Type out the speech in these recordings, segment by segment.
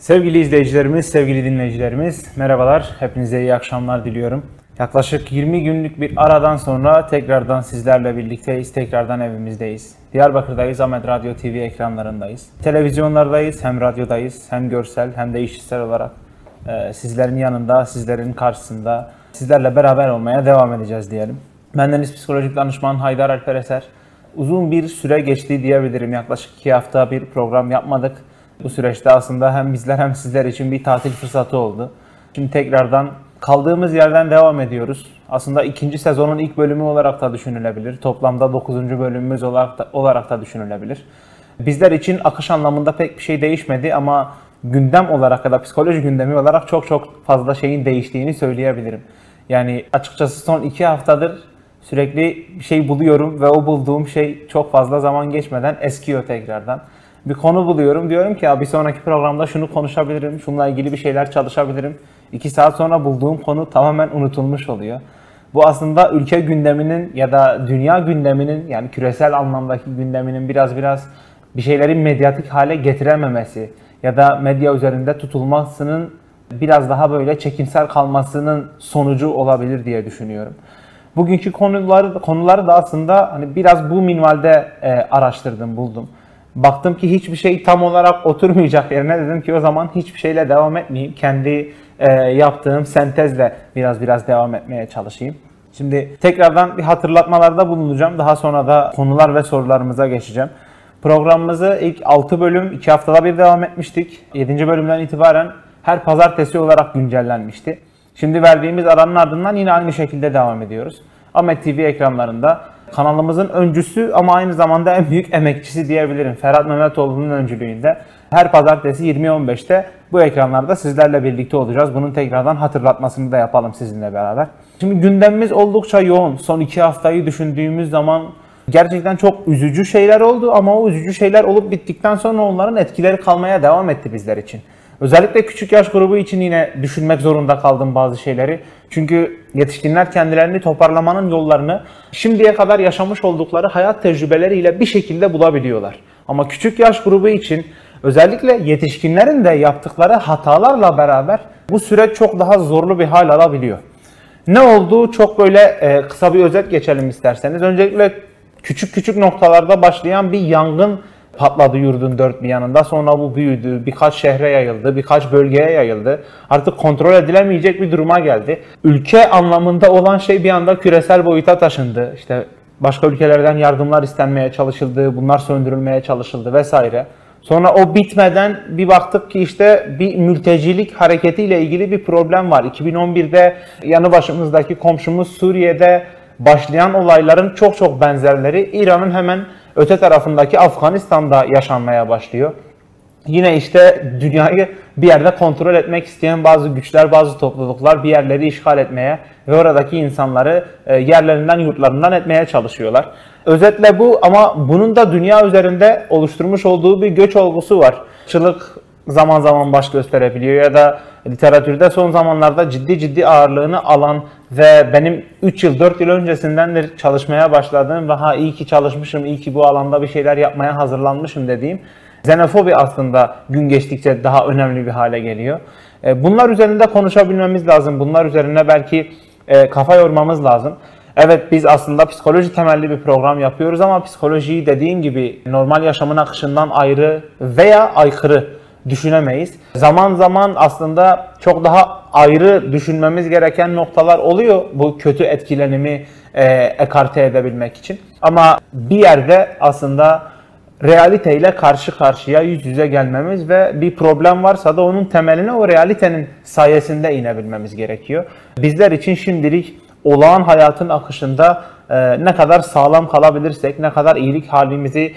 Sevgili izleyicilerimiz, sevgili dinleyicilerimiz, merhabalar. Hepinize iyi akşamlar diliyorum. Yaklaşık 20 günlük bir aradan sonra tekrardan sizlerle birlikteyiz, tekrardan evimizdeyiz. Diyarbakır'dayız, Ahmet Radyo TV ekranlarındayız. Televizyonlardayız, hem radyodayız, hem görsel hem de işitsel olarak sizlerin yanında, sizlerin karşısında, sizlerle beraber olmaya devam edeceğiz diyelim. Bendeniz psikolojik danışman Haydar Alper Eser. Uzun bir süre geçti diyebilirim. Yaklaşık 2 hafta bir program yapmadık. Bu süreçte aslında hem bizler hem sizler için bir tatil fırsatı oldu. Şimdi tekrardan kaldığımız yerden devam ediyoruz. Aslında ikinci sezonun ilk bölümü olarak da düşünülebilir. Toplamda 9. bölümümüz olarak da düşünülebilir. Bizler için akış anlamında pek bir şey değişmedi ama gündem olarak ya da psikoloji gündemi olarak çok fazla şeyin değiştiğini söyleyebilirim. Yani açıkçası son 2 haftadır sürekli bir şey buluyorum ve o bulduğum şey çok fazla zaman geçmeden eskiyor tekrardan. Bir konu buluyorum, diyorum ki bir sonraki programda şunu konuşabilirim, şununla ilgili bir şeyler çalışabilirim. 2 saat sonra bulduğum konu tamamen unutulmuş oluyor. Bu aslında ülke gündeminin ya da dünya gündeminin, yani küresel anlamdaki gündeminin biraz bir şeylerin medyatik hale getirememesi ya da medya üzerinde tutulmasının biraz daha böyle çekimsel kalmasının sonucu olabilir diye düşünüyorum. Bugünkü konuları da aslında hani biraz bu minvalde araştırdım, buldum. Baktım ki hiçbir şey tam olarak oturmayacak yerine, dedim ki o zaman hiçbir şeyle devam etmeyeyim. Kendi yaptığım sentezle biraz devam etmeye çalışayım. Şimdi tekrardan bir hatırlatmalarda bulunacağım. Daha sonra da konular ve sorularımıza geçeceğim. Programımızı ilk 6 bölüm 2 haftada bir devam etmiştik. 7. bölümden itibaren her pazartesi olarak güncellenmişti. Şimdi verdiğimiz aranın ardından yine aynı şekilde devam ediyoruz. Ahmet TV ekranlarında kanalımızın öncüsü ama aynı zamanda en büyük emekçisi diyebilirim. Ferhat Mehmetoğlu'nun öncülüğünde her pazartesi 20.15'te bu ekranlarda sizlerle birlikte olacağız. Bunun tekrardan hatırlatmasını da yapalım sizinle beraber. Şimdi gündemimiz oldukça yoğun. Son 2 haftayı düşündüğümüz zaman gerçekten çok üzücü şeyler oldu ama o üzücü şeyler olup bittikten sonra onların etkileri kalmaya devam etti bizler için. Özellikle küçük yaş grubu için yine düşünmek zorunda kaldım bazı şeyleri. Çünkü yetişkinler kendilerini toparlamanın yollarını şimdiye kadar yaşamış oldukları hayat tecrübeleriyle bir şekilde bulabiliyorlar. Ama küçük yaş grubu için özellikle yetişkinlerin de yaptıkları hatalarla beraber bu süreç çok daha zorlu bir hal alabiliyor. Ne oldu? Çok böyle kısa bir özet geçelim isterseniz. Öncelikle küçük noktalarda başlayan bir yangın patladı yurdun dört bir yanında. Sonra bu büyüdü, birkaç şehre yayıldı, birkaç bölgeye yayıldı. Artık kontrol edilemeyecek bir duruma geldi. Ülke anlamında olan şey bir anda küresel boyuta taşındı. İşte başka ülkelerden yardımlar istenmeye çalışıldı, bunlar söndürülmeye çalışıldı vesaire. Sonra o bitmeden bir baktık ki işte bir mültecilik hareketiyle ilgili bir problem var. 2011'de yanı başımızdaki komşumuz Suriye'de başlayan olayların çok benzerleri İran'ın hemen öte tarafındaki Afganistan'da yaşanmaya başlıyor. Yine işte dünyayı bir yerde kontrol etmek isteyen bazı güçler, bazı topluluklar bir yerleri işgal etmeye ve oradaki insanları yerlerinden, yurtlarından etmeye çalışıyorlar. Özetle bu, ama bunun da dünya üzerinde oluşturmuş olduğu bir göç olgusu var. Irkçılık zaman zaman baş gösterebiliyor ya da literatürde son zamanlarda ciddi ağırlığını alan ve benim 3 yıl 4 yıl öncesindendir çalışmaya başladığım ve iyi ki çalışmışım, iyi ki bu alanda bir şeyler yapmaya hazırlanmışım dediğim xenofobi aslında gün geçtikçe daha önemli bir hale geliyor. Bunlar üzerinde konuşabilmemiz lazım. Bunlar üzerine belki kafa yormamız lazım. Evet, biz aslında psikoloji temelli bir program yapıyoruz ama psikolojiyi dediğim gibi normal yaşamın akışından ayrı veya aykırı düşünemeyiz. Zaman zaman aslında çok daha ayrı düşünmemiz gereken noktalar oluyor bu kötü etkilenimi ekarte edebilmek için. Ama bir yerde aslında realiteyle karşı karşıya yüz yüze gelmemiz ve bir problem varsa da onun temeline o realitenin sayesinde inebilmemiz gerekiyor. Bizler için şimdilik olağan hayatın akışında ne kadar sağlam kalabilirsek, ne kadar iyilik halimizi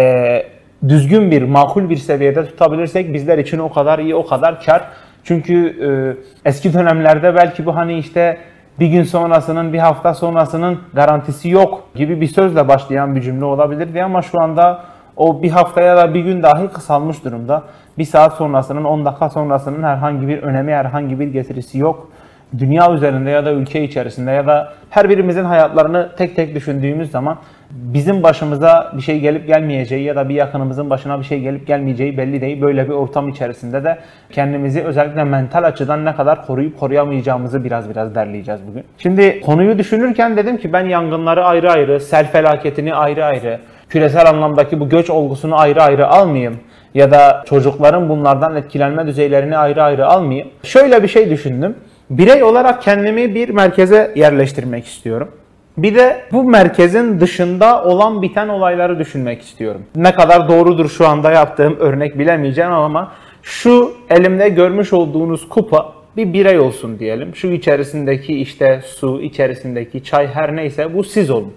düzgün bir, makul bir seviyede tutabilirsek bizler için o kadar iyi, o kadar kar. Çünkü eski dönemlerde belki bu hani işte bir gün sonrasının, bir hafta sonrasının garantisi yok gibi bir sözle başlayan bir cümle olabilirdi ama şu anda o bir haftaya da bir gün dahi kısalmış durumda. Bir saat sonrasının, 10 dakika sonrasının herhangi bir önemi, herhangi bir getirisi yok. dünya üzerinde ya da ülke içerisinde ya da her birimizin hayatlarını tek tek düşündüğümüz zaman bizim başımıza bir şey gelip gelmeyeceği ya da bir yakınımızın başına bir şey gelip gelmeyeceği belli değil. Böyle bir ortam içerisinde de kendimizi özellikle mental açıdan ne kadar koruyup koruyamayacağımızı biraz derleyeceğiz bugün. Şimdi konuyu düşünürken dedim ki ben yangınları ayrı ayrı, sel felaketini ayrı ayrı, küresel anlamdaki bu göç olgusunu ayrı ayrı almayayım ya da çocukların bunlardan etkilenme düzeylerini ayrı ayrı almayayım. Şöyle bir şey düşündüm. Birey olarak kendimi bir merkeze yerleştirmek istiyorum. Bir de bu merkezin dışında olan biten olayları düşünmek istiyorum. Ne kadar doğrudur şu anda yaptığım örnek bilemeyeceğim ama şu elimde görmüş olduğunuz kupa bir birey olsun diyelim. Şu içerisindeki işte su, içerisindeki çay her neyse bu siz olun.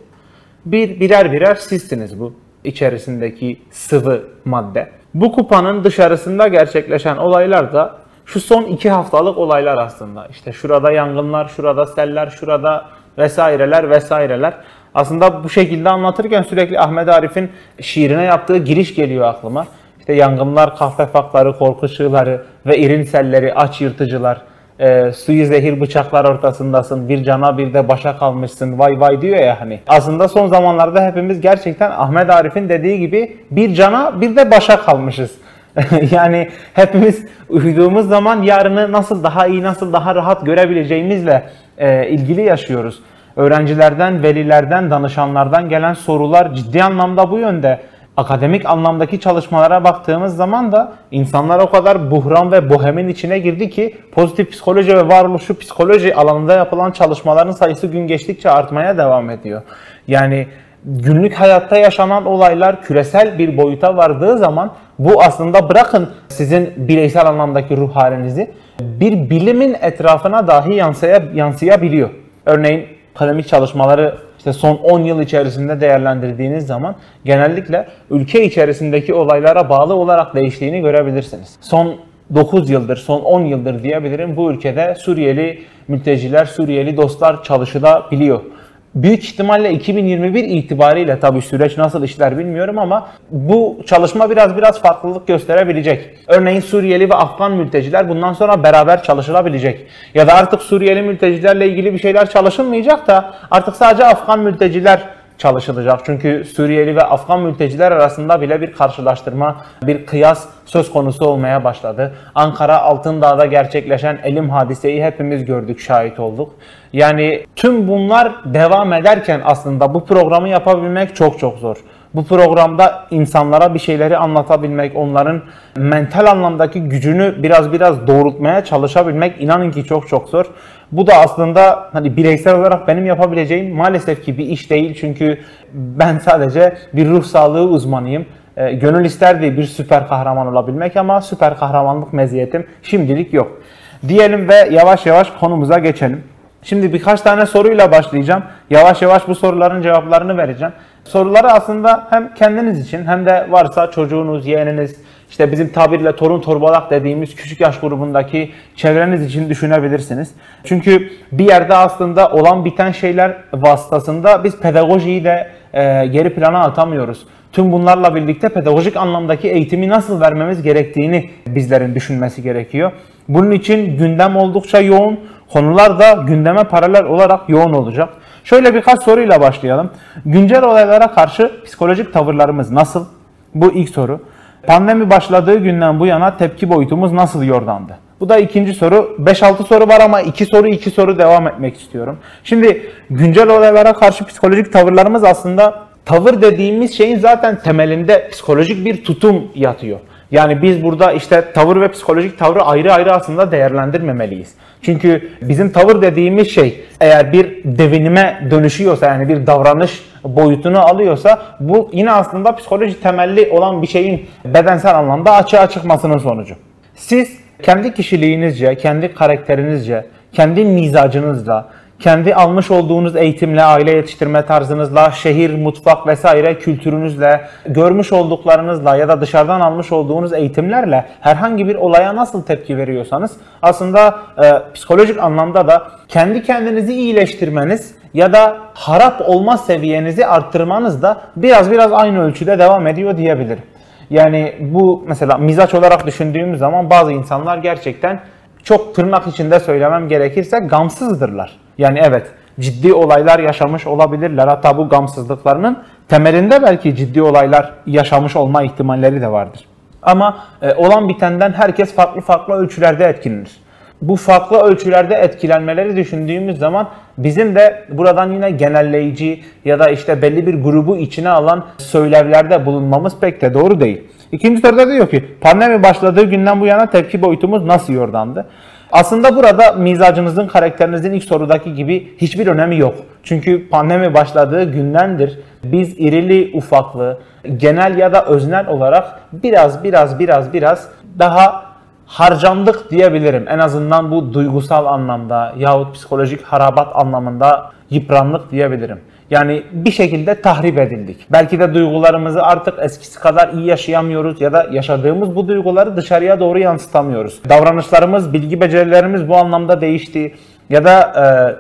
Birer sizsiniz bu içerisindeki sıvı madde. Bu kupanın dışarısında gerçekleşen olaylar da şu son 2 haftalık olaylar aslında. İşte şurada yangınlar, şurada seller, şurada vesaireler. Aslında bu şekilde anlatırken sürekli Ahmet Arif'in şiirine yaptığı giriş geliyor aklıma. İşte yangınlar, kahve fakları, korku çığları ve irin selleri, aç yırtıcılar. Suyu zehir bıçaklar ortasındasın, bir cana bir de başa kalmışsın, vay vay diyor ya hani. Aslında son zamanlarda hepimiz gerçekten Ahmet Arif'in dediği gibi bir cana bir de başa kalmışız. Yani hepimiz uyuduğumuz zaman yarını nasıl daha iyi, nasıl daha rahat görebileceğimizle ilgili yaşıyoruz. Öğrencilerden, velilerden, danışanlardan gelen sorular ciddi anlamda bu yönde. Akademik anlamdaki çalışmalara baktığımız zaman da insanlar o kadar buhran ve bohemin içine girdi ki pozitif psikoloji ve varoluşçu psikoloji alanında yapılan çalışmaların sayısı gün geçtikçe artmaya devam ediyor. Yani günlük hayatta yaşanan olaylar küresel bir boyuta vardığı zaman bu aslında bırakın sizin bireysel anlamdaki ruh halinizi bir bilimin etrafına dahi yansıyabiliyor. Örneğin akademik çalışmaları işte son 10 yıl içerisinde değerlendirdiğiniz zaman genellikle ülke içerisindeki olaylara bağlı olarak değiştiğini görebilirsiniz. Son 9 yıldır, son 10 yıldır diyebilirim bu ülkede Suriyeli mülteciler, Suriyeli dostlar çalışılabiliyor. Büyük ihtimalle 2021 itibariyle tabii süreç nasıl işler bilmiyorum ama bu çalışma biraz farklılık gösterebilecek. Örneğin Suriyeli ve Afgan mülteciler bundan sonra beraber çalışılabilecek. Ya da artık Suriyeli mültecilerle ilgili bir şeyler çalışılmayacak da artık sadece Afgan mülteciler çalışılacak. Çünkü Suriyeli ve Afgan mülteciler arasında bile bir karşılaştırma, bir kıyas söz konusu olmaya başladı. Ankara Altındağ'da gerçekleşen elim hadiseyi hepimiz gördük, şahit olduk. Yani tüm bunlar devam ederken aslında bu programı yapabilmek çok zor. Bu programda insanlara bir şeyleri anlatabilmek, onların mental anlamdaki gücünü biraz doğrultmaya çalışabilmek inanın ki çok zor. Bu da aslında hani bireysel olarak benim yapabileceğim maalesef ki bir iş değil. Çünkü ben sadece bir ruh sağlığı uzmanıyım. Gönül isterdi bir süper kahraman olabilmek ama süper kahramanlık meziyetim şimdilik yok. Diyelim ve yavaş konumuza geçelim. Şimdi birkaç tane soruyla başlayacağım. Yavaş bu soruların cevaplarını vereceğim. Soruları aslında hem kendiniz için hem de varsa çocuğunuz, yeğeniniz, işte bizim tabirle torun torbalak dediğimiz küçük yaş grubundaki çevreniz için düşünebilirsiniz. Çünkü bir yerde aslında olan biten şeyler vasıtasında biz pedagojiyi de geri plana atamıyoruz. Tüm bunlarla birlikte pedagojik anlamdaki eğitimi nasıl vermemiz gerektiğini bizlerin düşünmesi gerekiyor. Bunun için gündem oldukça yoğun, konular da gündeme paralel olarak yoğun olacak. Şöyle birkaç soruyla başlayalım. Güncel olaylara karşı psikolojik tavırlarımız nasıl? Bu ilk soru. Pandemi başladığı günden bu yana tepki boyutumuz nasıl yordandı? Bu da ikinci soru. 5-6 soru var ama 2 soru devam etmek istiyorum. Şimdi güncel olaylara karşı psikolojik tavırlarımız aslında tavır dediğimiz şeyin zaten temelinde psikolojik bir tutum yatıyor. Yani biz burada işte tavır ve psikolojik tavrı ayrı aslında değerlendirmemeliyiz. Çünkü bizim tavır dediğimiz şey eğer bir devinime dönüşüyorsa yani bir davranış boyutunu alıyorsa bu yine aslında psikoloji temelli olan bir şeyin bedensel anlamda açığa çıkmasının sonucu. Siz kendi kişiliğinizce, kendi karakterinizce, kendi mizacınızla, kendi almış olduğunuz eğitimle, aile yetiştirme tarzınızla, şehir, mutfak vesaire kültürünüzle, görmüş olduklarınızla ya da dışarıdan almış olduğunuz eğitimlerle herhangi bir olaya nasıl tepki veriyorsanız aslında psikolojik anlamda da kendi kendinizi iyileştirmeniz ya da harap olma seviyenizi arttırmanız da biraz aynı ölçüde devam ediyor diyebilirim. Yani bu mesela mizaç olarak düşündüğümüz zaman bazı insanlar gerçekten çok tırnak içinde söylemem gerekirse gamsızdırlar. Yani evet, ciddi olaylar yaşamış olabilirler. Hatta bu gamsızlıklarının temelinde belki ciddi olaylar yaşamış olma ihtimalleri de vardır. Ama olan bitenden herkes farklı ölçülerde etkilenir. Bu farklı ölçülerde etkilenmeleri düşündüğümüz zaman bizim de buradan yine genelleyici ya da işte belli bir grubu içine alan söylevlerde bulunmamız pek de doğru değil. İkinci soruda diyor ki pandemi başladığı günden bu yana tepki boyutumuz nasıl yordandı? Aslında burada mizacınızın, karakterinizin ilk sorudaki gibi hiçbir önemi yok. Çünkü pandemi başladığı gündendir biz irili ufaklı, genel ya da öznel olarak biraz daha harcandık diyebilirim. En azından bu duygusal anlamda yahut psikolojik harabat anlamında yıprandık diyebilirim. Yani bir şekilde tahrip edildik. Belki de duygularımızı artık eskisi kadar iyi yaşayamıyoruz ya da yaşadığımız bu duyguları dışarıya doğru yansıtamıyoruz. Davranışlarımız, bilgi becerilerimiz bu anlamda değişti. Ya da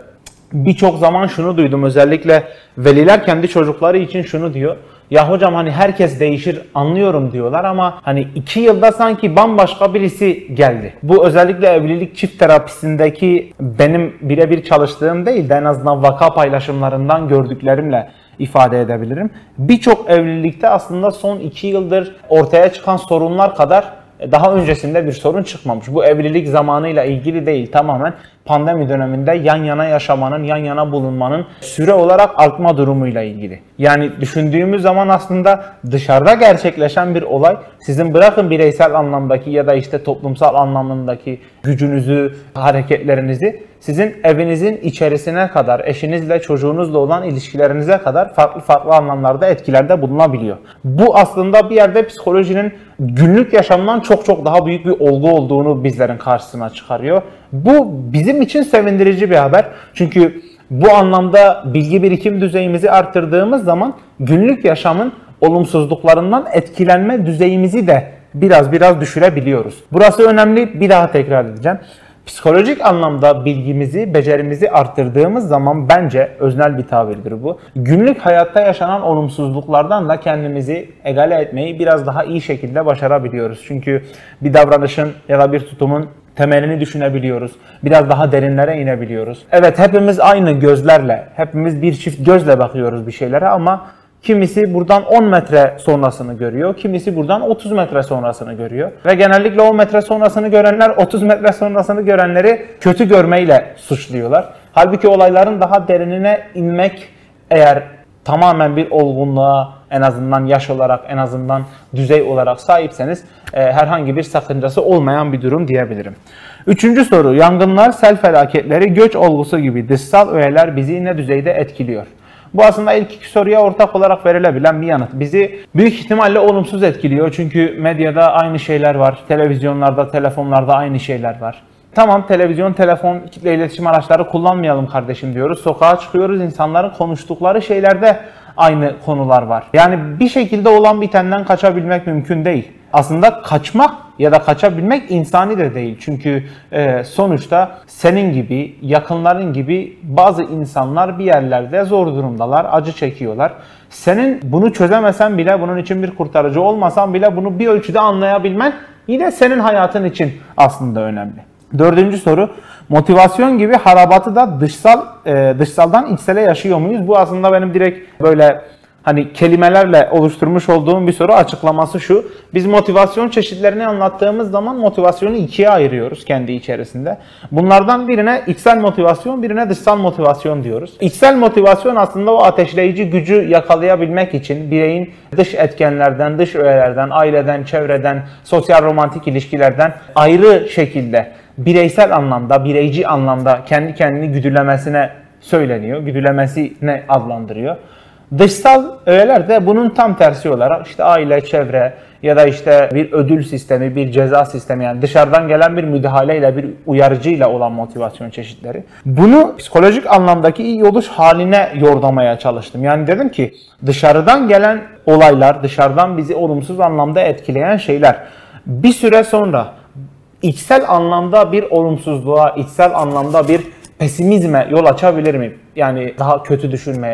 birçok zaman şunu duydum, özellikle veliler kendi çocukları için şunu diyor. Ya hocam hani herkes değişir anlıyorum diyorlar ama hani 2 yılda sanki bambaşka birisi geldi. Bu özellikle evlilik çift terapisindeki benim birebir çalıştığım değil de en azından vaka paylaşımlarından gördüklerimle ifade edebilirim. Birçok evlilikte aslında son 2 yıldır ortaya çıkan sorunlar kadar daha öncesinde bir sorun çıkmamış. Bu evlilik zamanıyla ilgili değil, tamamen pandemi döneminde yan yana yaşamanın, yan yana bulunmanın süre olarak artma durumuyla ilgili. Yani düşündüğümüz zaman aslında dışarıda gerçekleşen bir olay sizin bırakın bireysel anlamdaki ya da işte toplumsal anlamındaki gücünüzü, hareketlerinizi sizin evinizin içerisine kadar, eşinizle, çocuğunuzla olan ilişkilerinize kadar farklı anlamlarda etkilerde bulunabiliyor. Bu aslında bir yerde psikolojinin günlük yaşamdan çok daha büyük bir olgu olduğunu bizlerin karşısına çıkarıyor. Bu bizim için sevindirici bir haber. Çünkü bu anlamda bilgi birikim düzeyimizi arttırdığımız zaman günlük yaşamın olumsuzluklarından etkilenme düzeyimizi de biraz düşürebiliyoruz. Burası önemli, bir daha tekrar edeceğim. Psikolojik anlamda bilgimizi, becerimizi arttırdığımız zaman bence öznel bir tabirdir bu. Günlük hayatta yaşanan olumsuzluklardan da kendimizi egale etmeyi biraz daha iyi şekilde başarabiliyoruz. Çünkü bir davranışın ya da bir tutumun temelini düşünebiliyoruz. Biraz daha derinlere inebiliyoruz. Evet, hepimiz aynı gözlerle, hepimiz bir çift gözle bakıyoruz bir şeylere ama kimisi buradan 10 metre sonrasını görüyor, kimisi buradan 30 metre sonrasını görüyor. Ve genellikle 10 metre sonrasını görenler 30 metre sonrasını görenleri kötü görmeyle suçluyorlar. Halbuki olayların daha derinine inmek, eğer tamamen bir olgunluğa, en azından yaş olarak, en azından düzey olarak sahipseniz herhangi bir sakıncası olmayan bir durum diyebilirim. Üçüncü soru, yangınlar, sel felaketleri, göç olgusu gibi dışsal öğeler bizi ne düzeyde etkiliyor? Bu aslında ilk iki soruya ortak olarak verilebilen bir yanıt. Bizi büyük ihtimalle olumsuz etkiliyor. Çünkü medyada aynı şeyler var. Televizyonlarda, telefonlarda aynı şeyler var. Tamam, televizyon, telefon, kitle iletişim araçları kullanmayalım kardeşim diyoruz. Sokağa çıkıyoruz, insanların konuştukları şeylerde aynı konular var. Yani bir şekilde olan bitenden kaçabilmek mümkün değil. Aslında kaçmak ya da kaçabilmek insani de değil. Çünkü sonuçta senin gibi, yakınların gibi bazı insanlar bir yerlerde zor durumdalar, acı çekiyorlar. Senin bunu çözemesen bile, bunun için bir kurtarıcı olmasan bile bunu bir ölçüde anlayabilmen yine senin hayatın için aslında önemli. Dördüncü soru, motivasyon gibi harabatı da dışsaldan içsele yaşıyor muyuz? Bu aslında benim direkt böyle hani kelimelerle oluşturmuş olduğum bir soru. Açıklaması şu: biz motivasyon çeşitlerini anlattığımız zaman motivasyonu ikiye ayırıyoruz kendi içerisinde. Bunlardan birine içsel motivasyon, birine dışsal motivasyon diyoruz. İçsel motivasyon aslında o ateşleyici gücü yakalayabilmek için bireyin dış etkenlerden, dış öğelerden, aileden, çevreden, sosyal romantik ilişkilerden ayrı şekilde bireysel anlamda, bireyci anlamda kendi kendini güdülemesine söyleniyor, güdülemesine adlandırıyor. Dışsal öğeler de bunun tam tersi olarak işte aile, çevre ya da işte bir ödül sistemi, bir ceza sistemi, yani dışarıdan gelen bir müdahaleyle, bir uyarıcıyla olan motivasyon çeşitleri. Bunu psikolojik anlamdaki iyi oluş haline yordamaya çalıştım. Yani dedim ki dışarıdan gelen olaylar, dışarıdan bizi olumsuz anlamda etkileyen şeyler bir süre sonra içsel anlamda bir olumsuzluğa, içsel anlamda bir pesimizme yol açabilir mi? Yani daha kötü düşünmeye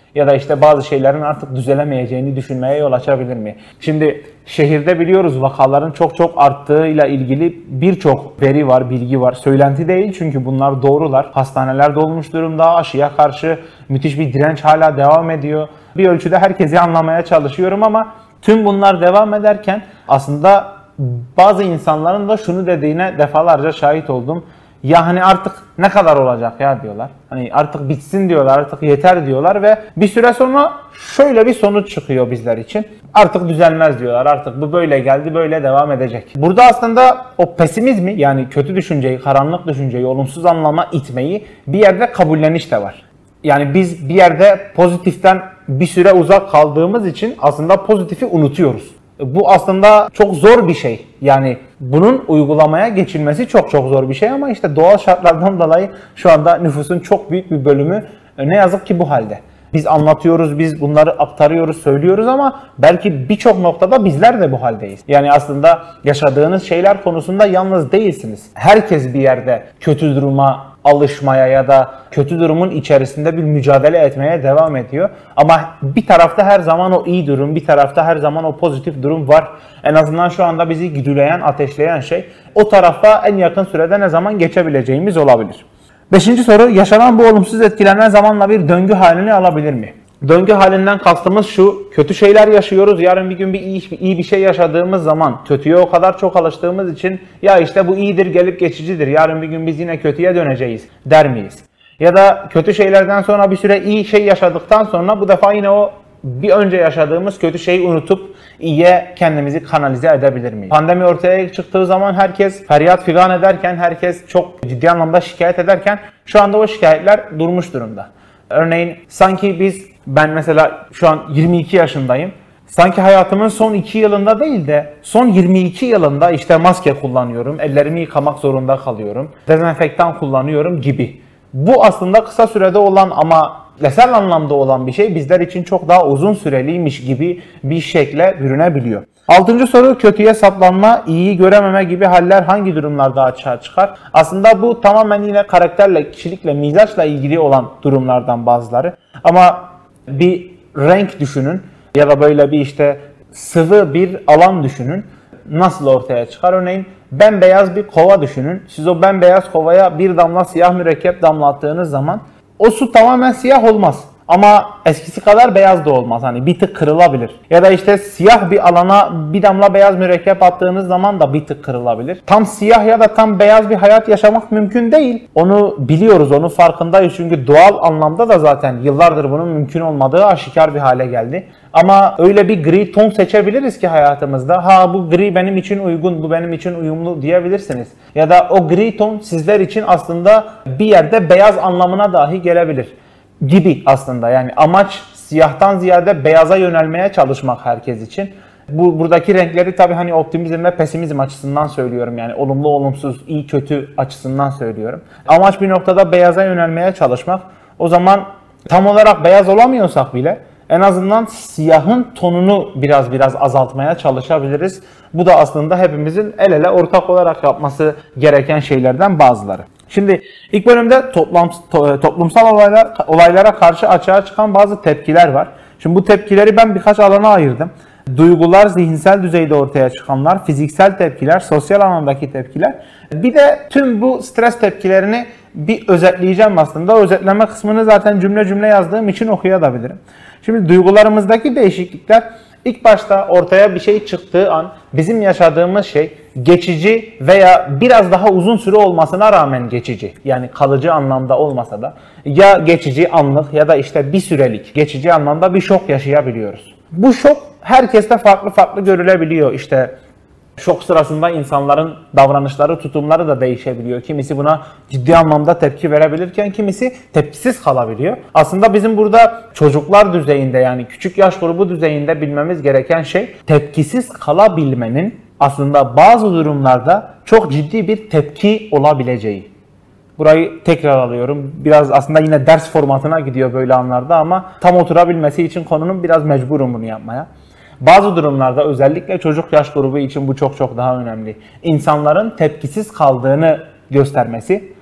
Ya da işte bazı şeylerin artık düzelemeyeceğini düşünmeye yol açabilir mi? Şimdi şehirde biliyoruz vakaların çok arttığıyla ilgili birçok veri var, bilgi var. Söylenti değil çünkü bunlar doğrular. Hastaneler dolmuş durumda, aşıya karşı müthiş bir direnç hala devam ediyor. Bir ölçüde herkesi anlamaya çalışıyorum ama tüm bunlar devam ederken aslında bazı insanların da şunu dediğine defalarca şahit oldum. Ya hani artık ne kadar olacak ya diyorlar. Hani artık bitsin diyorlar, artık yeter diyorlar ve bir süre sonra şöyle bir sonuç çıkıyor bizler için. Artık düzelmez diyorlar. Artık bu böyle geldi, böyle devam edecek. Burada aslında o pesimizmi, yani kötü düşünceyi, karanlık düşünceyi, olumsuz anlama itmeyi bir yerde kabulleniş de var. Yani biz bir yerde pozitiften bir süre uzak kaldığımız için aslında pozitifi unutuyoruz. Bu aslında çok zor bir şey. Yani bunun uygulamaya geçilmesi çok zor bir şey ama işte doğal şartlardan dolayı şu anda nüfusun çok büyük bir bölümü ne yazık ki bu halde. Biz anlatıyoruz, biz bunları aktarıyoruz, söylüyoruz ama belki birçok noktada bizler de bu haldeyiz. Yani aslında yaşadığınız şeyler konusunda yalnız değilsiniz. Herkes bir yerde kötü duruma alışmaya ya da kötü durumun içerisinde bir mücadele etmeye devam ediyor. Ama bir tarafta her zaman o iyi durum, bir tarafta her zaman o pozitif durum var. En azından şu anda bizi güdüleyen, ateşleyen şey o tarafa en yakın sürede ne zaman geçebileceğimiz olabilir. Beşinci soru, yaşanan bu olumsuz etkilenme zamanla bir döngü halini alabilir mi? Döngü halinden kastımız şu: kötü şeyler yaşıyoruz. Yarın bir gün iyi bir şey yaşadığımız zaman kötüye o kadar çok alıştığımız için ya işte bu iyidir, gelip geçicidir, yarın bir gün biz yine kötüye döneceğiz der miyiz? Ya da kötü şeylerden sonra bir süre iyi şey yaşadıktan sonra bu defa yine o bir önce yaşadığımız kötü şeyi unutup iyiye kendimizi kanalize edebilir miyiz? Pandemi ortaya çıktığı zaman herkes feryat figan ederken, herkes çok ciddi anlamda şikayet ederken şu anda o şikayetler durmuş durumda. Örneğin sanki ben mesela şu an 22 yaşındayım. Sanki hayatımın son 2 yılında değil de son 22 yılında işte maske kullanıyorum, ellerimi yıkamak zorunda kalıyorum, dezenfektan kullanıyorum gibi. Bu aslında kısa sürede olan ama kitlesel anlamda olan bir şey bizler için çok daha uzun süreliymiş gibi bir şekle bürünebiliyor. 6. soru, kötüye saplanma, iyiyi görememe gibi haller hangi durumlarda açığa çıkar? Aslında bu tamamen yine karakterle, kişilikle, mizaçla ilgili olan durumlardan bazıları. Ama bir renk düşünün ya da böyle bir işte sıvı bir alan düşünün. Nasıl ortaya çıkar? Örneğin bembeyaz bir kova düşünün. Siz o bembeyaz kovaya bir damla siyah mürekkep damlattığınız zaman o su tamamen siyah olmaz. Ama eskisi kadar beyaz da olmaz. Hani bir tık kırılabilir. Ya da işte siyah bir alana bir damla beyaz mürekkep attığınız zaman da bir tık kırılabilir. Tam siyah ya da tam beyaz bir hayat yaşamak mümkün değil. Onu biliyoruz, onu farkındayız. Çünkü doğal anlamda da zaten yıllardır bunun mümkün olmadığı aşikar bir hale geldi. Ama öyle bir gri ton seçebiliriz ki hayatımızda. Ha bu gri benim için uygun, bu benim için uyumlu diyebilirsiniz. Ya da o gri ton sizler için aslında bir yerde beyaz anlamına dahi gelebilir gibi aslında. Yani amaç siyahtan ziyade beyaza yönelmeye çalışmak herkes için. Buradaki renkleri tabii hani optimizm ve pesimizm açısından söylüyorum. Yani olumlu olumsuz, iyi kötü açısından söylüyorum. Amaç bir noktada beyaza yönelmeye çalışmak. O zaman tam olarak beyaz olamıyorsak bile en azından siyahın tonunu biraz azaltmaya çalışabiliriz. Bu da aslında hepimizin el ele ortak olarak yapması gereken şeylerden bazıları. Şimdi ilk bölümde toplumsal olaylara karşı açığa çıkan bazı tepkiler var. Şimdi bu tepkileri ben birkaç alana ayırdım. Duygular, zihinsel düzeyde ortaya çıkanlar, fiziksel tepkiler, sosyal alandaki tepkiler. Bir de tüm bu stres tepkilerini bir özetleyeceğim aslında. O özetleme kısmını zaten cümle cümle yazdığım için okuyabilirim. Şimdi duygularımızdaki değişiklikler ilk başta ortaya bir şey çıktığı an bizim yaşadığımız şey geçici veya biraz daha uzun süre olmasına rağmen geçici. Yani kalıcı anlamda olmasa da ya geçici, anlık ya da işte bir sürelik geçici anlamda bir şok yaşayabiliyoruz. Bu şok herkeste farklı görülebiliyor. İşte şok sırasında insanların davranışları, tutumları da değişebiliyor. Kimisi buna ciddi anlamda tepki verebilirken kimisi tepkisiz kalabiliyor. Aslında bizim burada çocuklar düzeyinde, yani küçük yaş grubu düzeyinde bilmemiz gereken şey tepkisiz kalabilmenin aslında bazı durumlarda çok ciddi bir tepki olabileceği. Burayı tekrar alıyorum. Biraz aslında yine ders formatına gidiyor böyle anlarda ama tam oturabilmesi için konunun biraz mecburum bunu yapmaya. Bazı durumlarda özellikle çocuk yaş grubu için bu çok daha önemli. İnsanların tepkisiz kaldığını göstermesi.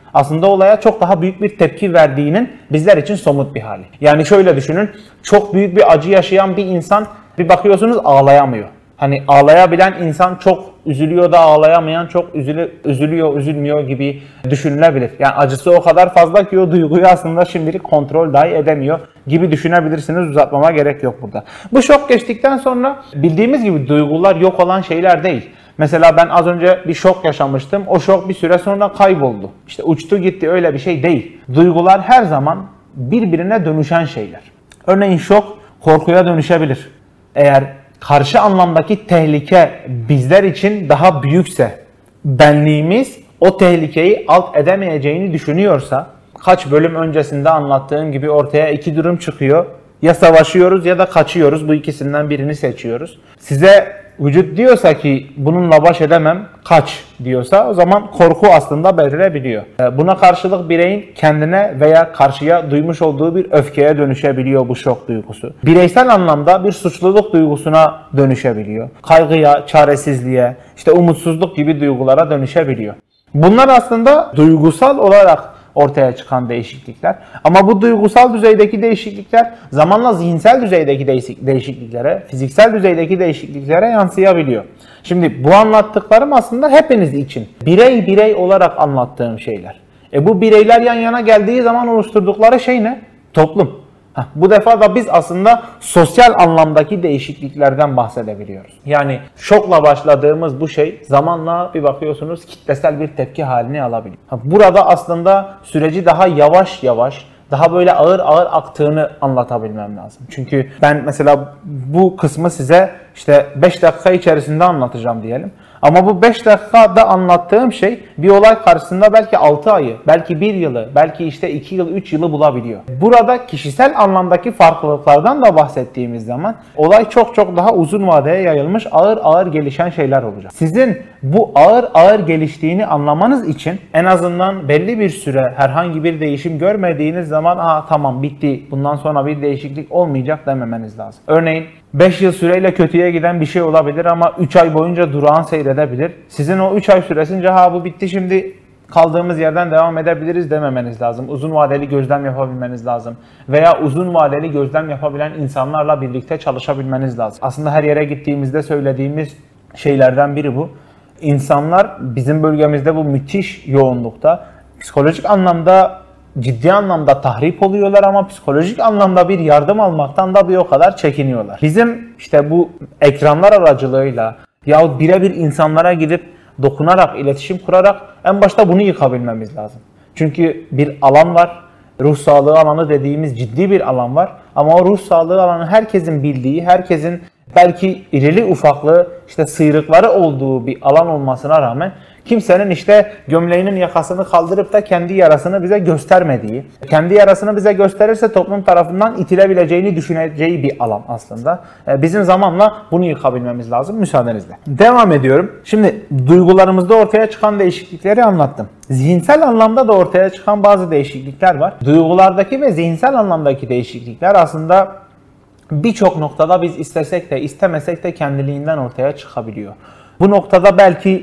aslında olaya çok daha büyük bir tepki verdiğinin bizler için somut bir hali. Yani şöyle düşünün, çok büyük bir acı yaşayan bir insan bir bakıyorsunuz ağlayamıyor. Hani ağlayabilen insan çok üzülüyor da ağlayamayan çok üzülüyor, üzülmüyor gibi düşünülebilir. Yani acısı o kadar fazla ki o duyguyu aslında şimdilik kontrol dahi edemiyor gibi düşünebilirsiniz. Uzatmama gerek yok burada. Bu şok geçtikten sonra bildiğimiz gibi duygular yok olan şeyler değil. Mesela ben az önce bir şok yaşamıştım. O şok bir süre sonra kayboldu. İşte uçtu gitti, öyle bir şey değil. Duygular her zaman birbirine dönüşen şeyler. Örneğin şok korkuya dönüşebilir. Eğer karşı anlamdaki tehlike bizler için daha büyükse, benliğimiz o tehlikeyi alt edemeyeceğini düşünüyorsa, kaç bölüm öncesinde anlattığım gibi ortaya iki durum çıkıyor. Ya savaşıyoruz ya da kaçıyoruz. Bu ikisinden birini seçiyoruz. Size vücut diyorsa ki bununla baş edemem, kaç diyorsa o zaman korku aslında belirebiliyor. Buna karşılık bireyin kendine veya karşıya duymuş olduğu bir öfkeye dönüşebiliyor bu şok duygusu. Bireysel anlamda bir suçluluk duygusuna dönüşebiliyor. Kaygıya, çaresizliğe, işte umutsuzluk gibi duygulara dönüşebiliyor. Bunlar aslında duygusal olarak ortaya çıkan değişiklikler. Ama bu duygusal düzeydeki değişiklikler zamanla zihinsel düzeydeki değişikliklere, fiziksel düzeydeki değişikliklere yansıyabiliyor. Şimdi bu anlattıklarım aslında hepiniz için birey olarak anlattığım şeyler. Bu bireyler yan yana geldiği zaman oluşturdukları şey ne? Toplum. Bu defa da biz aslında sosyal anlamdaki değişikliklerden bahsedebiliyoruz. Yani şokla başladığımız bu şey zamanla bir bakıyorsunuz kitlesel bir tepki halini alabiliyor. Burada aslında süreci daha yavaş, daha böyle ağır aktığını anlatabilmem lazım. Çünkü ben mesela bu kısmı size işte 5 dakika içerisinde anlatacağım diyelim. Ama bu 5 dakikada anlattığım şey bir olay karşısında belki 6 ayı, belki 1 yılı, belki işte 2 yıl, 3 yılı bulabiliyor. Burada kişisel anlamdaki farklılıklardan da bahsettiğimiz zaman olay çok daha uzun vadeye yayılmış, ağır gelişen şeyler olacak. Sizin bu ağır geliştiğini anlamanız için en azından belli bir süre herhangi bir değişim görmediğiniz zaman tamam bitti, bundan sonra bir değişiklik olmayacak dememeniz lazım. Örneğin 5 yıl süreyle kötüye giden bir şey olabilir ama 3 ay boyunca durağan seyredebilir. Sizin o 3 ay süresince bu bitti, şimdi kaldığımız yerden devam edebiliriz dememeniz lazım. Uzun vadeli gözlem yapabilmeniz lazım. Veya uzun vadeli gözlem yapabilen insanlarla birlikte çalışabilmeniz lazım. Aslında her yere gittiğimizde söylediğimiz şeylerden biri bu. İnsanlar bizim bölgemizde bu müthiş yoğunlukta psikolojik anlamda ciddi anlamda tahrip oluyorlar ama psikolojik anlamda bir yardım almaktan da bir o kadar çekiniyorlar. Bizim işte bu ekranlar aracılığıyla yahut birebir insanlara gidip dokunarak, iletişim kurarak en başta bunu yıkabilmemiz lazım. Çünkü bir alan var, ruh sağlığı alanı dediğimiz ciddi bir alan var. Ama o ruh sağlığı alanı herkesin bildiği, herkesin belki irili ufaklı işte sıyrıkları olduğu bir alan olmasına rağmen kimsenin işte gömleğinin yakasını kaldırıp da kendi yarasını bize göstermediği, kendi yarasını bize gösterirse toplum tarafından itilebileceğini düşüneceği bir alan aslında. Bizim zamanla bunu yıkabilmemiz lazım müsaadenizle. Devam ediyorum. Şimdi duygularımızda ortaya çıkan değişiklikleri anlattım. Zihinsel anlamda da ortaya çıkan bazı değişiklikler var. Duygulardaki ve zihinsel anlamdaki değişiklikler aslında birçok noktada biz istesek de istemesek de kendiliğinden ortaya çıkabiliyor. Bu noktada belki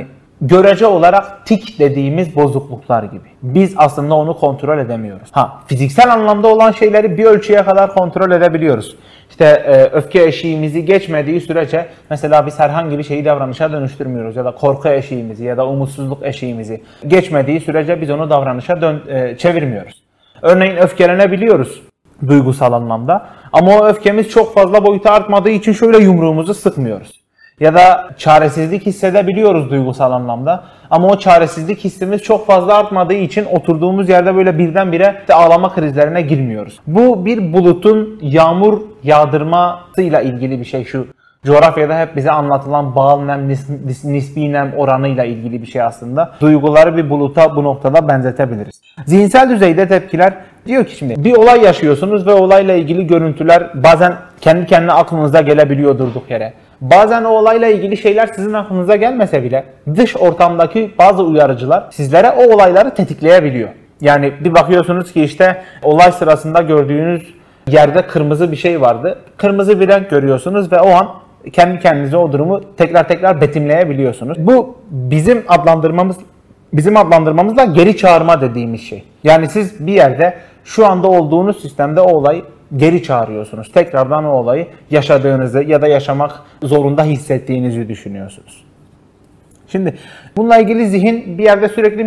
görece olarak tik dediğimiz bozukluklar gibi. Biz aslında onu kontrol edemiyoruz. Fiziksel anlamda olan şeyleri bir ölçüye kadar kontrol edebiliyoruz. İşte öfke eşiğimizi geçmediği sürece mesela biz herhangi bir şeyi davranışa dönüştürmüyoruz ya da korku eşiğimizi ya da umutsuzluk eşiğimizi geçmediği sürece biz onu davranışa çevirmiyoruz. Örneğin öfkelenebiliyoruz duygusal anlamda ama o öfkemiz çok fazla boyuta artmadığı için şöyle yumruğumuzu sıkmıyoruz. Ya da çaresizlik hissedebiliyoruz duygusal anlamda. Ama o çaresizlik hissimiz çok fazla artmadığı için oturduğumuz yerde böyle birdenbire ağlama krizlerine girmiyoruz. Bu bir bulutun yağmur yağdırmasıyla ilgili bir şey. Şu coğrafyada hep bize anlatılan bağıl nem, nispi nem oranıyla ilgili bir şey aslında. Duyguları bir buluta bu noktada benzetebiliriz. Zihinsel düzeyde tepkiler diyor ki şimdi bir olay yaşıyorsunuz ve olayla ilgili görüntüler bazen kendi kendine aklınıza gelebiliyor durduk yere. Bazen o olayla ilgili şeyler sizin aklınıza gelmese bile dış ortamdaki bazı uyarıcılar sizlere o olayları tetikleyebiliyor. Yani bir bakıyorsunuz ki işte olay sırasında gördüğünüz yerde kırmızı bir şey vardı. Kırmızı bir renk görüyorsunuz ve o an kendi kendinize o durumu tekrar betimleyebiliyorsunuz. Bu bizim adlandırmamız bizim adlandırmamızla geri çağırma dediğimiz şey. Yani siz bir yerde şu anda olduğunuz sistemde o olayı geri çağırıyorsunuz. Tekrardan o olayı yaşadığınızı ya da yaşamak zorunda hissettiğinizi düşünüyorsunuz. Şimdi bununla ilgili zihin bir yerde sürekli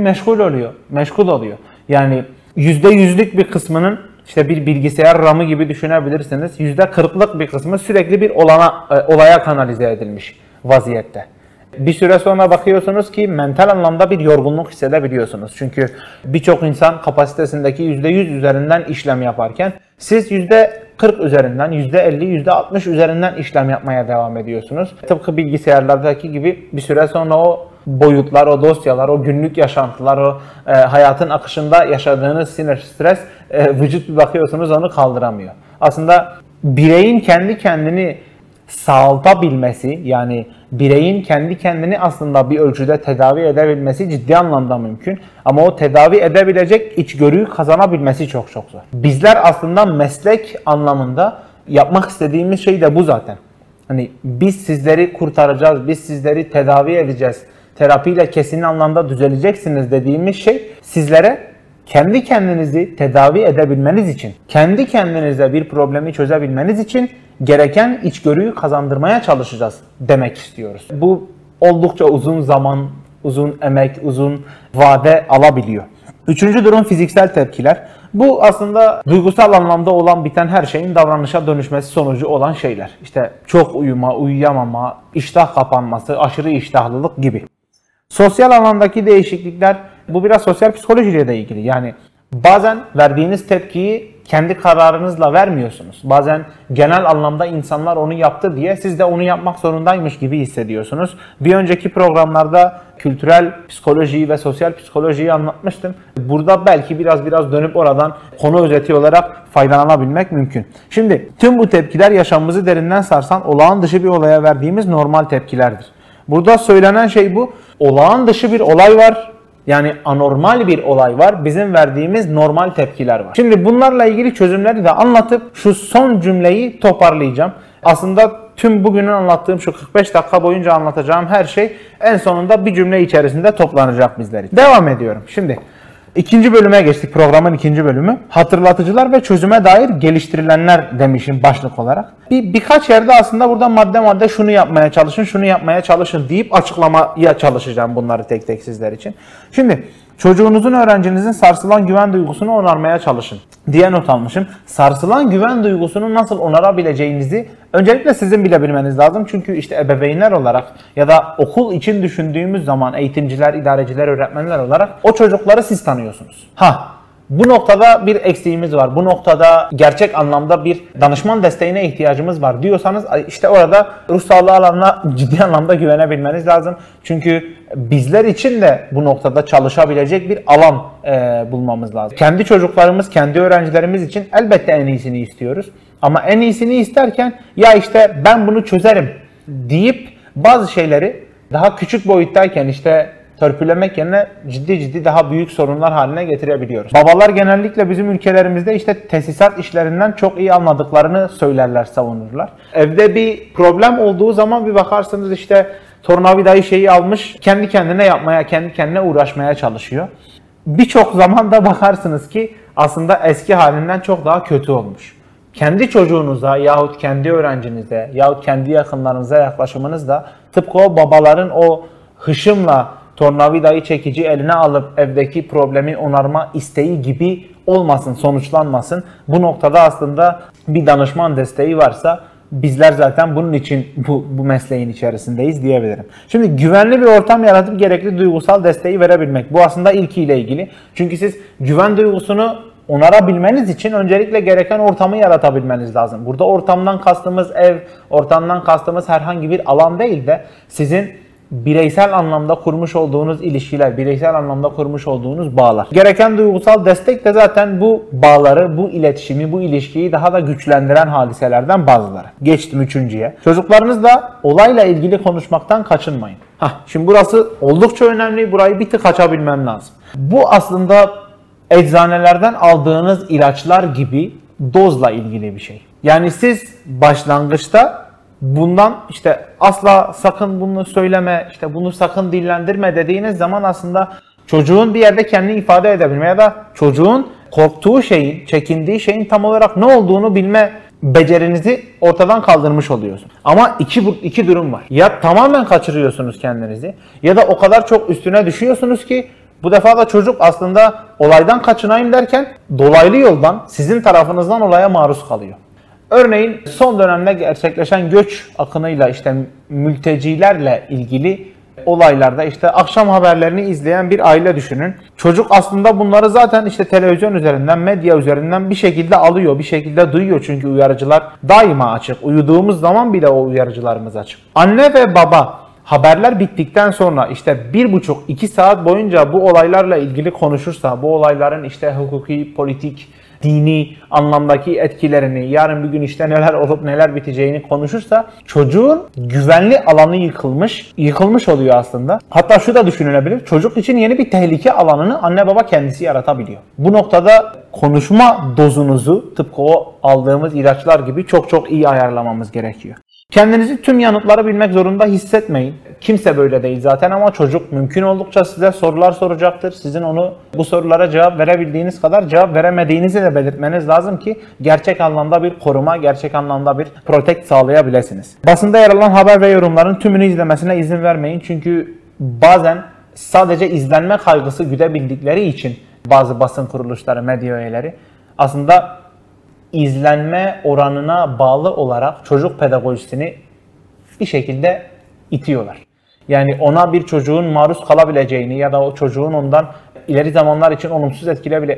meşgul oluyor. Yani %100'lük bir kısmının işte bir bilgisayar RAM'ı gibi düşünebilirsiniz. %40'lık bir kısmı sürekli bir olaya kanalize edilmiş vaziyette. Bir süre sonra bakıyorsunuz ki mental anlamda bir yorgunluk hissedebiliyorsunuz. Çünkü birçok insan kapasitesindeki %100 üzerinden işlem yaparken siz %40 üzerinden, %50, %60 üzerinden işlem yapmaya devam ediyorsunuz. Tıpkı bilgisayarlardaki gibi bir süre sonra o boyutlar, o dosyalar, o günlük yaşantılar, o hayatın akışında yaşadığınız sinir, stres, vücut bir bakıyorsunuz onu kaldıramıyor. Aslında bireyin kendi kendini sağaltabilmesi, yani bireyin kendi kendini aslında bir ölçüde tedavi edebilmesi ciddi anlamda mümkün. Ama o tedavi edebilecek içgörüyü kazanabilmesi çok zor. Bizler aslında meslek anlamında yapmak istediğimiz şey de bu zaten. Hani biz sizleri kurtaracağız, biz sizleri tedavi edeceğiz, terapiyle kesin anlamda düzeleceksiniz dediğimiz şey sizlere kendi kendinizi tedavi edebilmeniz için, kendi kendinize bir problemi çözebilmeniz için gereken içgörüyü kazandırmaya çalışacağız demek istiyoruz. Bu oldukça uzun zaman, uzun emek, uzun vade alabiliyor. Üçüncü durum fiziksel tepkiler. Bu aslında duygusal anlamda olan biten her şeyin davranışa dönüşmesi sonucu olan şeyler. İşte çok uyuma, uyuyamama, iştah kapanması, aşırı iştahlılık gibi. Sosyal alandaki değişiklikler, bu biraz sosyal psikolojiyle de ilgili. Yani bazen verdiğiniz tepkiyi kendi kararınızla vermiyorsunuz. Bazen genel anlamda insanlar onu yaptı diye siz de onu yapmak zorundaymış gibi hissediyorsunuz. Bir önceki programlarda kültürel psikolojiyi ve sosyal psikolojiyi anlatmıştım. Burada belki biraz dönüp oradan konu özeti olarak faydalanabilmek mümkün. Şimdi tüm bu tepkiler yaşamımızı derinden sarsan olağan dışı bir olaya verdiğimiz normal tepkilerdir. Burada söylenen şey bu. Olağan dışı bir olay var. Yani anormal bir olay var. Bizim verdiğimiz normal tepkiler var. Şimdi bunlarla ilgili çözümleri de anlatıp şu son cümleyi toparlayacağım. Aslında tüm bugünün anlattığım şu 45 dakika boyunca anlatacağım her şey en sonunda bir cümle içerisinde toplanacak bizler için. Devam ediyorum. Şimdi İkinci bölüme geçtik, programın ikinci bölümü. Hatırlatıcılar ve çözüme dair geliştirilenler demişim başlık olarak. Birkaç yerde aslında burada madde şunu yapmaya çalışın, şunu yapmaya çalışın deyip açıklamaya çalışacağım bunları tek tek sizler için. Şimdi çocuğunuzun, öğrencinizin sarsılan güven duygusunu onarmaya çalışın diye not almışım. Sarsılan güven duygusunu nasıl onarabileceğinizi öncelikle sizin bilebilmeniz lazım. Çünkü işte ebeveynler olarak ya da okul için düşündüğümüz zaman eğitimciler, idareciler, öğretmenler olarak o çocukları siz tanıyorsunuz. Bu noktada bir eksiğimiz var. Bu noktada gerçek anlamda bir danışman desteğine ihtiyacımız var diyorsanız işte orada ruh sağlığı alanına ciddi anlamda güvenebilmeniz lazım. Çünkü bizler için de bu noktada çalışabilecek bir alan bulmamız lazım. Kendi çocuklarımız, kendi öğrencilerimiz için elbette en iyisini istiyoruz. Ama en iyisini isterken ya işte ben bunu çözerim deyip bazı şeyleri daha küçük boyuttayken işte törpülemek yerine ciddi daha büyük sorunlar haline getirebiliyoruz. Babalar genellikle bizim ülkelerimizde işte tesisat işlerinden çok iyi anladıklarını söylerler, savunurlar. Evde bir problem olduğu zaman bir bakarsınız işte tornavidayı şeyi almış, kendi kendine yapmaya, kendi kendine uğraşmaya çalışıyor. Birçok zaman da bakarsınız ki aslında eski halinden çok daha kötü olmuş. Kendi çocuğunuza yahut kendi öğrencinize yahut kendi yakınlarınıza yaklaşımınız da tıpkı o babaların o hışımla tornavidayı çekici eline alıp evdeki problemi onarma isteği gibi olmasın, sonuçlanmasın. Bu noktada aslında bir danışman desteği varsa bizler zaten bunun için bu mesleğin içerisindeyiz diyebilirim. Şimdi güvenli bir ortam yaratıp gerekli duygusal desteği verebilmek. Bu aslında ilkiyle ilgili. Çünkü siz güven duygusunu onarabilmeniz için öncelikle gereken ortamı yaratabilmeniz lazım. Burada ortamdan kastımız ev, ortamdan kastımız herhangi bir alan değil de sizin bireysel anlamda kurmuş olduğunuz ilişkiler, bireysel anlamda kurmuş olduğunuz bağlar. Gereken duygusal destek de zaten bu bağları, bu iletişimi, bu ilişkiyi daha da güçlendiren hadiselerden bazıları. Geçtim üçüncüye. Çocuklarınızla olayla ilgili konuşmaktan kaçınmayın. Şimdi burası oldukça önemli. Burayı bir tık açabilmem lazım. Bu aslında eczanelerden aldığınız ilaçlar gibi dozla ilgili bir şey. Yani siz başlangıçta bundan işte asla sakın bunu söyleme, işte bunu sakın dillendirme dediğiniz zaman aslında Çocuğun bir yerde kendini ifade edebilme ya da çocuğun korktuğu şeyin, çekindiği şeyin tam olarak ne olduğunu bilme becerinizi ortadan kaldırmış oluyorsun. Ama iki durum var. Ya tamamen kaçırıyorsunuz kendinizi ya da o kadar çok üstüne düşüyorsunuz ki bu defa da çocuk aslında olaydan kaçınayım derken dolaylı yoldan sizin tarafınızdan olaya maruz kalıyor. Örneğin son dönemde gerçekleşen göç akınıyla mültecilerle ilgili olaylarda akşam haberlerini izleyen bir aile düşünün. Çocuk aslında bunları zaten televizyon üzerinden, medya üzerinden bir şekilde alıyor, bir şekilde duyuyor çünkü uyarıcılar daima açık. Uyuduğumuz zaman bile o uyarıcılarımız açık. Anne ve baba haberler bittikten sonra 1,5-2 saat boyunca bu olaylarla ilgili konuşursa, bu olayların hukuki, politik, dini anlamdaki etkilerini, yarın bir gün neler olup neler biteceğini konuşursa çocuğun güvenli alanı yıkılmış oluyor aslında. Hatta şu da düşünülebilir, çocuk için yeni bir tehlike alanını anne baba kendisi yaratabiliyor. Bu noktada konuşma dozunuzu tıpkı o aldığımız ilaçlar gibi çok iyi ayarlamamız gerekiyor. Kendinizi tüm yanıtları bilmek zorunda hissetmeyin. Kimse böyle değil zaten ama çocuk mümkün oldukça size sorular soracaktır. Sizin bu sorulara cevap verebildiğiniz kadar cevap veremediğinizi de belirtmeniz lazım ki gerçek anlamda bir koruma, gerçek anlamda bir protect sağlayabilirsiniz. Basında yer alan haber ve yorumların tümünü izlemesine izin vermeyin. Çünkü bazen sadece izlenme kaygısı güdebildikleri için bazı basın kuruluşları, medya üyeleri aslında izlenme oranına bağlı olarak çocuk pedagojisini bir şekilde itiyorlar. Yani ona bir çocuğun maruz kalabileceğini ya da o çocuğun ondan ileri zamanlar için olumsuz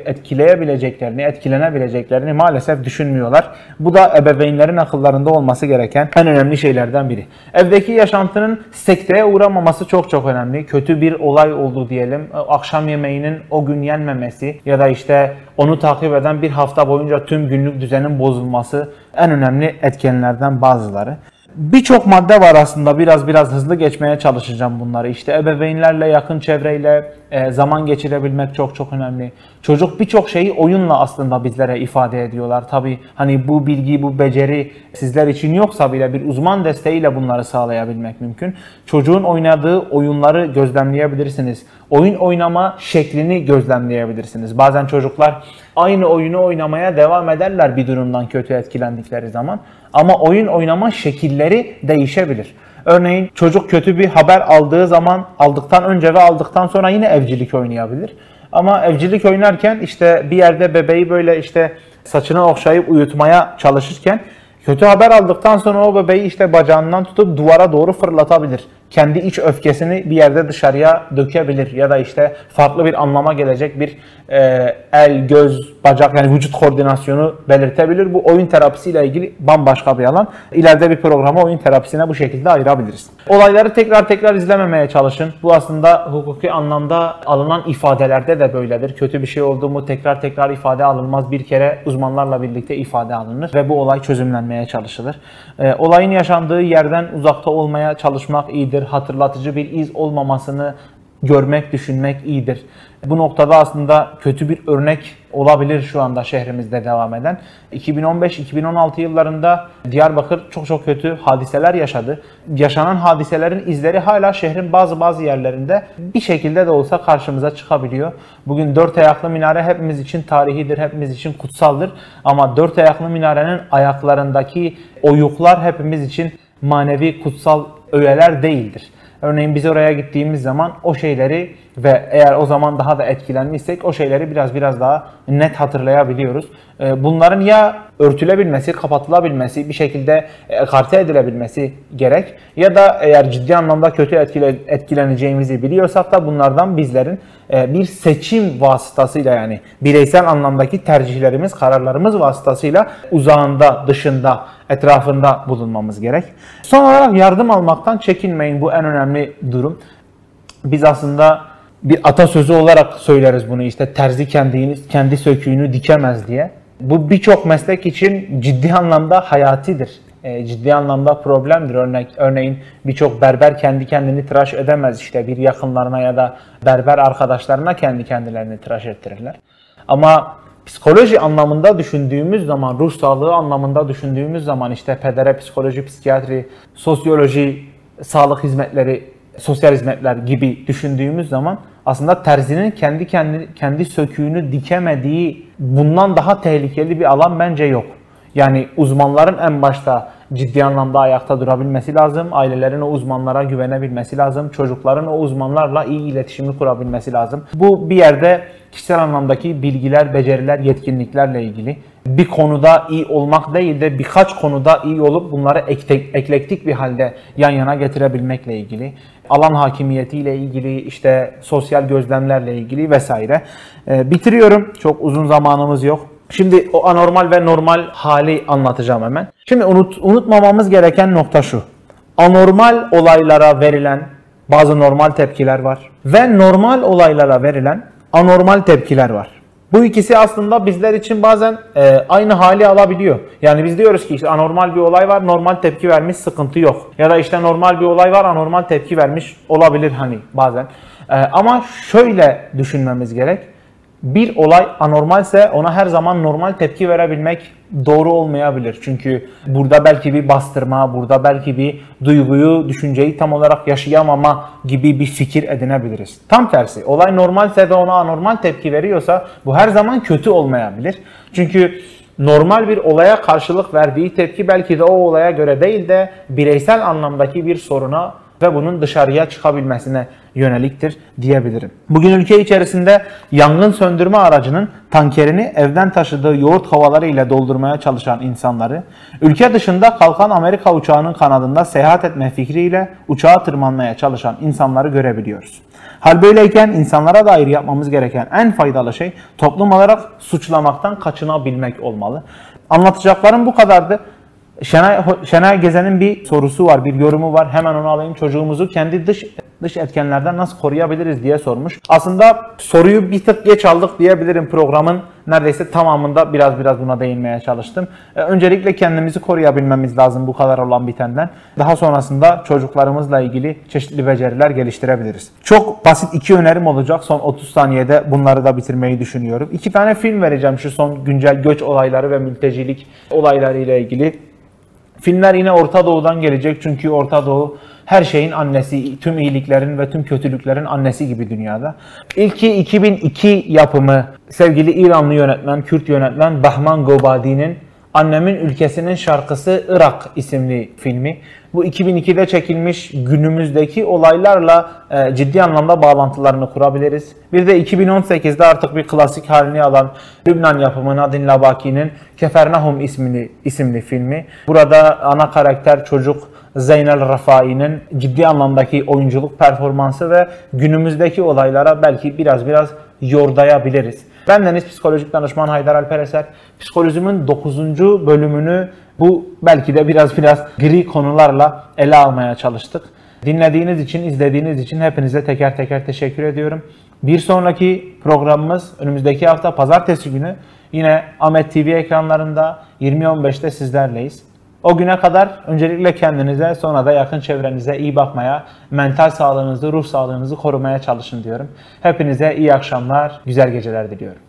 etkilenebileceklerini maalesef düşünmüyorlar. Bu da ebeveynlerin akıllarında olması gereken en önemli şeylerden biri. Evdeki yaşantının sekteye uğramaması çok önemli. Kötü bir olay oldu diyelim. Akşam yemeğinin o gün yenmemesi ya da onu takip eden bir hafta boyunca tüm günlük düzenin bozulması en önemli etkenlerden bazıları. Birçok madde var aslında. Biraz hızlı geçmeye çalışacağım bunları. Ebeveynlerle, yakın çevreyle zaman geçirebilmek çok önemli. Çocuk birçok şeyi oyunla aslında bizlere ifade ediyorlar. Tabii bu bilgi, bu beceri sizler için yoksa bile bir uzman desteğiyle bunları sağlayabilmek mümkün. Çocuğun oynadığı oyunları gözlemleyebilirsiniz. Oyun oynama şeklini gözlemleyebilirsiniz. Bazen çocuklar aynı oyunu oynamaya devam ederler bir durumdan kötü etkilendikleri zaman. Ama oyun oynama şekilleri değişebilir. Örneğin çocuk kötü bir haber aldıktan önce ve aldıktan sonra yine evcilik oynayabilir. Ama evcilik oynarken bir yerde bebeği böyle saçını okşayıp uyutmaya çalışırken kötü haber aldıktan sonra o bebeği bacağından tutup duvara doğru fırlatabilir. Kendi iç öfkesini bir yerde dışarıya dökebilir ya da farklı bir anlama gelecek bir el, göz, bacak vücut koordinasyonu belirtebilir. Bu oyun terapisiyle ilgili bambaşka bir alan. İleride bir programa oyun terapisine bu şekilde ayırabiliriz. Olayları tekrar izlememeye çalışın. Bu aslında hukuki anlamda alınan ifadelerde de böyledir. Kötü bir şey oldu mu tekrar ifade alınmaz. Bir kere uzmanlarla birlikte ifade alınır ve bu olay çözümlenmeye çalışılır. Olayın yaşandığı yerden uzakta olmaya çalışmak iyidir. Hatırlatıcı bir iz olmamasını görmek, düşünmek iyidir. Bu noktada aslında kötü bir örnek olabilir şu anda şehrimizde devam eden. 2015-2016 yıllarında Diyarbakır çok kötü hadiseler yaşadı. Yaşanan hadiselerin izleri hala şehrin bazı yerlerinde bir şekilde de olsa karşımıza çıkabiliyor. Bugün dört ayaklı minare hepimiz için tarihidir, hepimiz için kutsaldır. Ama dört ayaklı minarenin ayaklarındaki oyuklar hepimiz için manevi kutsal öğeler değildir. Örneğin biz oraya gittiğimiz zaman o şeyleri ve eğer o zaman daha da etkilenmişsek o şeyleri biraz daha net hatırlayabiliyoruz. Bunların ya örtülebilmesi, kapatılabilmesi, bir şekilde ekarte edilebilmesi gerek ya da eğer ciddi anlamda kötü etkileneceğimizi biliyorsak da bunlardan bizlerin bir seçim vasıtasıyla bireysel anlamdaki tercihlerimiz, kararlarımız vasıtasıyla uzağında, dışında, etrafında bulunmamız gerek. Son olarak yardım almaktan çekinmeyin. Bu en önemli durum. Biz aslında bir atasözü olarak söyleriz bunu terzi kendi söküğünü dikemez diye. Bu birçok meslek için ciddi anlamda hayatidir. Ciddi anlamda problemdir. Örneğin birçok berber kendi kendini tıraş edemez. Bir yakınlarına ya da berber arkadaşlarına kendilerini tıraş ettirirler. Ama psikoloji anlamında düşündüğümüz zaman, ruh sağlığı anlamında düşündüğümüz zaman pedere psikoloji, psikiyatri, sosyoloji, sağlık hizmetleri, sosyal hizmetler gibi düşündüğümüz zaman aslında terzinin kendi söküğünü dikemediği bundan daha tehlikeli bir alan bence yok. Yani uzmanların en başta ciddi anlamda ayakta durabilmesi lazım. Ailelerin o uzmanlara güvenebilmesi lazım. Çocukların o uzmanlarla iyi iletişimi kurabilmesi lazım. Bu bir yerde kişisel anlamdaki bilgiler, beceriler, yetkinliklerle ilgili. Bir konuda iyi olmak değil de birkaç konuda iyi olup bunları eklektik bir halde yan yana getirebilmekle ilgili. Alan hakimiyetiyle ilgili, işte sosyal gözlemlerle ilgili vesaire. Bitiriyorum. Çok uzun zamanımız yok. Şimdi o anormal ve normal hali anlatacağım hemen. Şimdi unutmamamız gereken nokta şu. Anormal olaylara verilen bazı normal tepkiler var ve normal olaylara verilen anormal tepkiler var. Bu ikisi aslında bizler için bazen aynı hali alabiliyor. Yani biz diyoruz ki işte anormal bir olay var, normal tepki vermiş, sıkıntı yok. Ya da işte normal bir olay var, anormal tepki vermiş olabilir hani bazen. Ama şöyle düşünmemiz gerek. Bir olay anormalse ona her zaman normal tepki verebilmek doğru olmayabilir. Çünkü burada belki bir bastırma, burada belki bir duyguyu, düşünceyi tam olarak yaşayamama gibi bir fikir edinebiliriz. Tam tersi, olay normalse ve ona anormal tepki veriyorsa bu her zaman kötü olmayabilir. Çünkü normal bir olaya karşılık verdiği tepki belki de o olaya göre değil de bireysel anlamdaki bir soruna ve bunun dışarıya çıkabilmesine yöneliktir diyebilirim. Bugün ülke içerisinde yangın söndürme aracının tankerini evden taşıdığı yoğurt kovaları ile doldurmaya çalışan insanları, ülke dışında kalkan Amerika uçağının kanadında seyahat etme fikriyle uçağa tırmanmaya çalışan insanları görebiliyoruz. Hal böyleyken insanlara dair yapmamız gereken en faydalı şey toplum olarak suçlamaktan kaçınabilmek olmalı. Anlatacaklarım bu kadardı. Şenay Gezen'in bir sorusu var, bir yorumu var. Hemen onu alayım. Çocuğumuzu kendi dış etkenlerden nasıl koruyabiliriz diye sormuş. Aslında soruyu bir tık geç aldık diyebilirim. Programın neredeyse tamamında biraz buna değinmeye çalıştım. Öncelikle kendimizi koruyabilmemiz lazım bu kadar olan bitenden. Daha sonrasında çocuklarımızla ilgili çeşitli beceriler geliştirebiliriz. Çok basit 2 önerim olacak. Son 30 saniyede bunları da bitirmeyi düşünüyorum. 2 tane film vereceğim şu son güncel göç olayları ve mültecilik olayları ile ilgili. Filmler yine Orta Doğu'dan gelecek çünkü Orta Doğu her şeyin annesi, tüm iyiliklerin ve tüm kötülüklerin annesi gibi dünyada. İlki 2002 yapımı sevgili İranlı yönetmen, Kürt yönetmen Bahman Gobadi'nin Annemin Ülkesinin Şarkısı Irak isimli filmi. Bu 2002'de çekilmiş, günümüzdeki olaylarla ciddi anlamda bağlantılarını kurabiliriz. Bir de 2018'de artık bir klasik halini alan Lübnan yapımı Nadine Labaki'nin Kefernahum isimli filmi. Burada ana karakter çocuk Zeynel Rafai'nin ciddi anlamdaki oyunculuk performansı ve günümüzdeki olaylara belki biraz yordayabiliriz. Bendeniz psikolojik danışman Haydar Alper Eser. Psikolojinin 9. bölümünü bu belki de biraz gri konularla ele almaya çalıştık. Dinlediğiniz için, izlediğiniz için hepinize teker teşekkür ediyorum. Bir sonraki programımız önümüzdeki hafta pazartesi günü yine Ahmet TV ekranlarında 20.15'te sizlerleyiz. O güne kadar öncelikle kendinize, sonra da yakın çevrenize iyi bakmaya, mental sağlığınızı, ruh sağlığınızı korumaya çalışın diyorum. Hepinize iyi akşamlar, güzel geceler diliyorum.